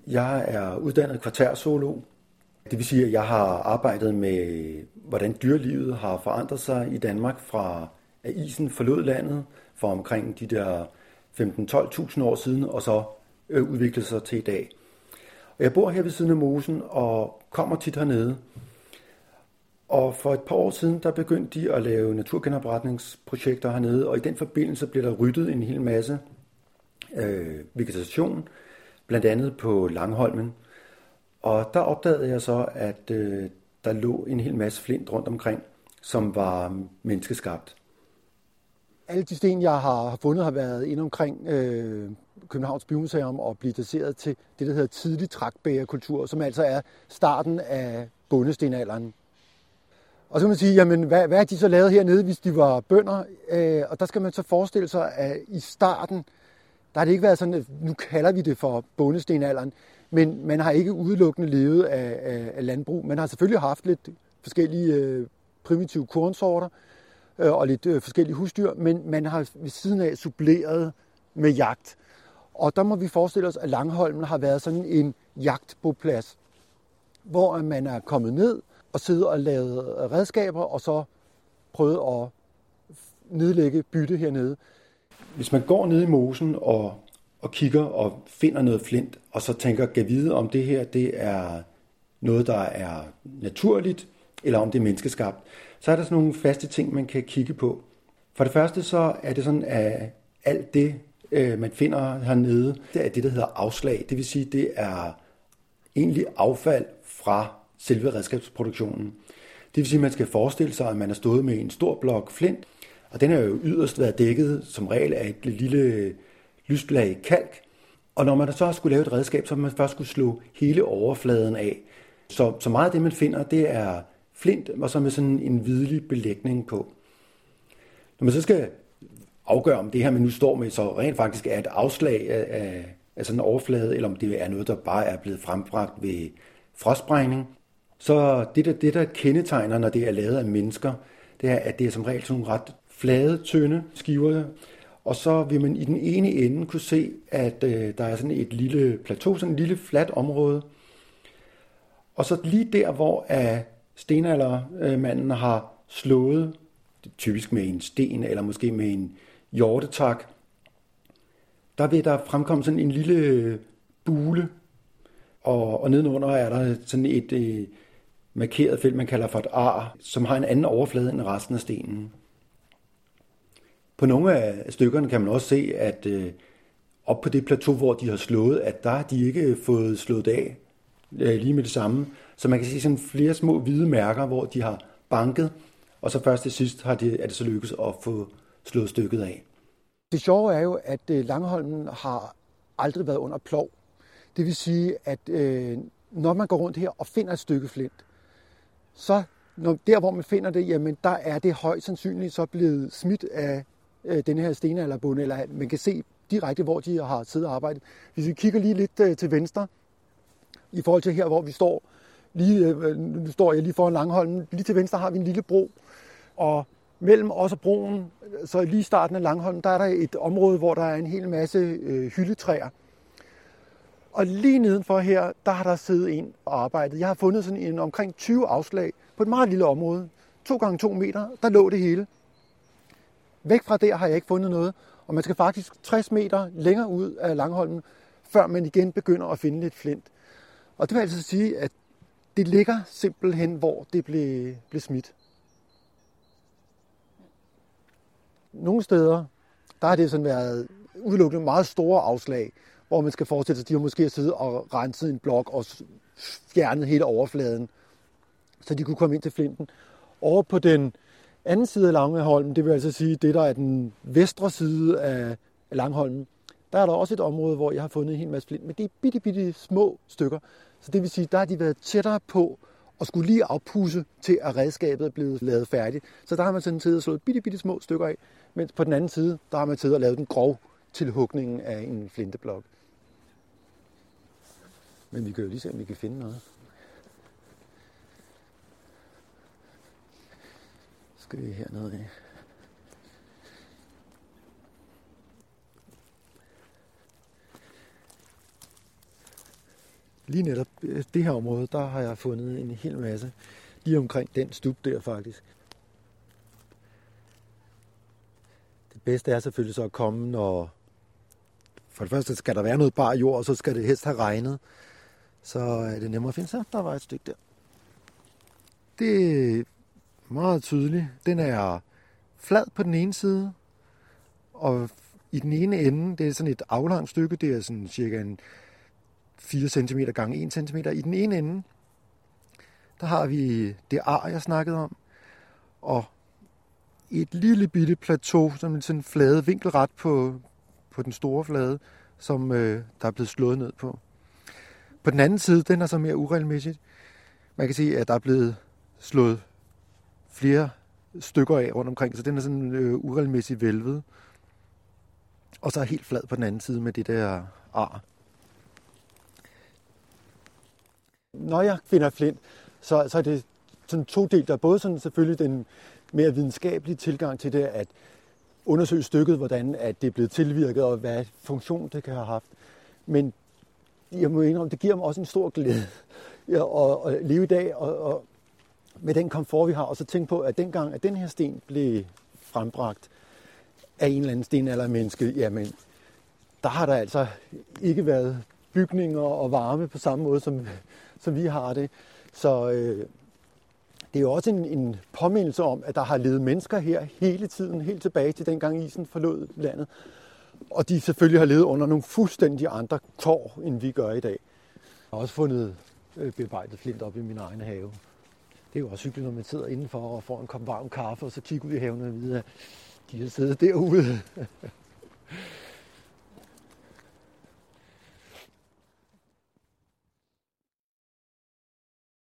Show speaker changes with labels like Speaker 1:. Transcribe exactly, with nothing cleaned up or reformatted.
Speaker 1: Jeg er uddannet kvartærzoolog. Det vil sige, at jeg har arbejdet med, hvordan dyrelivet har forandret sig i Danmark fra at isen forlod landet for omkring de der femten til tolv tusind år siden, og så øh, udviklede sig til i dag. Og jeg bor her ved siden af mosen og kommer tit hernede. Og for et par år siden, der begyndte de at lave naturgenopretningsprojekter hernede, og i den forbindelse blev der ryddet en hel masse øh, vegetation, blandt andet på Langholmen. Og der opdagede jeg så, at øh, der lå en hel masse flint rundt omkring, som var menneskeskabt.
Speaker 2: Alle de sten, jeg har fundet, har været inde omkring øh, Københavns Bymuseum og blive dateret til det, der hedder tidlig tragtbægerkultur, som altså er starten af bondestenalderen. Og så kan man sige, jamen, hvad, hvad er de så lavet hernede, hvis de var bønder? Øh, og der skal man så forestille sig, at i starten, der har det ikke været sådan, at nu kalder vi det for bondestenalderen, men man har ikke udelukkende levet af, af, af landbrug. Man har selvfølgelig haft lidt forskellige øh, primitive kornsorter øh, og lidt øh, forskellige husdyr, men man har ved siden af suppleret med jagt. Og der må vi forestille os, at Langholmen har været sådan en jagtboplads, hvor man er kommet ned og siddet og lavet redskaber, og så prøvet at nedlægge bytte hernede.
Speaker 1: Hvis man går ned i mosen og, og kigger og finder noget flint, og så tænker, kan vide, om det her det er noget, der er naturligt, eller om det er menneskeskabt, så er der sådan nogle faste ting, man kan kigge på. For det første så er det sådan, at alt det, man finder hernede, det er det, der hedder afslag. Det vil sige, det er egentlig affald fra selve redskabsproduktionen. Det vil sige, at man skal forestille sig, at man har stået med en stor blok flint, og den har jo yderst været dækket som regel af et lille lyst lag kalk. Og når man så skulle lave et redskab, så man først skulle slå hele overfladen af. Så, så meget af det, man finder, det er flint, og så med sådan en hvidlig belægning på. Når man så skal afgøre, om det her, man nu står med, så rent faktisk er et afslag af, af, af sådan en overflade, eller om det er noget, der bare er blevet frembragt ved frostbrænding. Så det der, det, der kendetegner, når det er lavet af mennesker, det er, at det er som regel sådan nogle ret flade, tynde skiver. Og så vil man i den ene ende kunne se, at øh, der er sådan et lille plateau, sådan et lille fladt område. Og så lige der, hvor at stenaldermanden har slået, typisk med en sten eller måske med en hjortetak, der vil der fremkomme sådan en lille bule, og, og nedenunder er der sådan et øh, markeret felt, man kalder for et ar, som har en anden overflade end resten af stenen. På nogle af stykkerne kan man også se, at øh, op på det plateau, hvor de har slået, at der har de ikke fået slået af øh, lige med det samme. Så man kan se sådan flere små hvide mærker, hvor de har banket, og så først til sidst har det, er det så lykkedes at få slået stykket af.
Speaker 2: Det sjove er jo, at Langholmen har aldrig været under plov. Det vil sige, at øh, når man går rundt her og finder et stykke flint, så når, der, hvor man finder det, jamen, der er det højst sandsynligt så blevet smidt af øh, den her stenalderbonde, eller man kan se direkte, hvor de har siddet og arbejdet. Hvis vi kigger lige lidt øh, til venstre, i forhold til her, hvor vi står, lige, øh, nu står jeg lige foran Langholmen, lige til venstre har vi en lille bro, og mellem os og broen, så lige i starten af Langholmen, der er der et område, hvor der er en hel masse øh, hyldetræer. Og lige nedenfor her, der har der siddet en og arbejdet. Jeg har fundet sådan en omkring tyve afslag på et meget lille område. to gange to meter, der lå det hele. Væk fra der har jeg ikke fundet noget. Og man skal faktisk tres meter længere ud af Langholmen, før man igen begynder at finde lidt flint. Og det vil altså sige, at det ligger simpelthen, hvor det blev, blev smidt. Nogle steder, der har det sådan været udelukkende meget store afslag, hvor man skal forestille sig, at de har måske siddet og renset en blok og fjernet hele overfladen, så de kunne komme ind til flinten. Over på den anden side af Langholmen, det vil altså sige, det der er den vestre side af Langholmen, der er der også et område, hvor jeg har fundet en hel masse flint, men det er bitte, bitte små stykker. Så det vil sige, der har de været tættere på og skulle lige afpudse til, at redskabet er blevet lavet færdigt. Så der har man sådan siddet og slået bitte, bitte små stykker af, mens på den anden side, der har man siddet og lavet den grov tilhugningen af en flinteblok. Men vi kan jo lige se, om vi kan finde noget. Så skal vi hernede af. lige netop det her område, der har jeg fundet en hel masse lige omkring den stup der faktisk. Det bedste er selvfølgelig så at komme, når for det første skal der være noget bar jord, og så skal det helst have regnet. Så er det nemmere at finde sig. Der var et stykke der. Det er meget tydeligt. Den er flad på den ene side, og i den ene ende, det er sådan et aflangt stykke, det er sådan cirka en fire centimeter gange en centimeter. I den ene ende, der har vi det ar, jeg snakkede om, og et lille bitte plateau, som en sådan flade vinkelret på, på den store flade, som øh, der er blevet slået ned på. På den anden side, den er så mere uregelmæssigt. Man kan se, at der er blevet slået flere stykker af rundt omkring, så den er sådan øh, uregelmæssigt vælvet. Og så er helt flad på den anden side med det der ar. Når jeg finder flint, så, så er det sådan to dele. Der er både sådan selvfølgelig den mere videnskabelige tilgang til det, at undersøge stykket, hvordan at det er blevet tilvirket, og hvad funktion det kan have haft. Men jeg må indrømme, det giver mig også en stor glæde at, at leve i dag, og, og med den komfort, vi har, og så tænke på, at dengang, at den her sten blev frembragt af en eller anden stenaldermenneske, jamen, der har der altså ikke været bygninger og varme på samme måde, som, som vi har det. Så øh, det er jo også en, en påmindelse om, at der har levet mennesker her hele tiden, helt tilbage til dengang isen forlod landet. Og de selvfølgelig har levet under nogle fuldstændig andre kår, end vi gør i dag. Jeg har også fundet øh, bearbejdet flint op i min egen have. Det er jo også hyggeligt, når man sidder indenfor og får en kop varm kaffe, og så kigger ud i haven og videre, at de har siddet derude.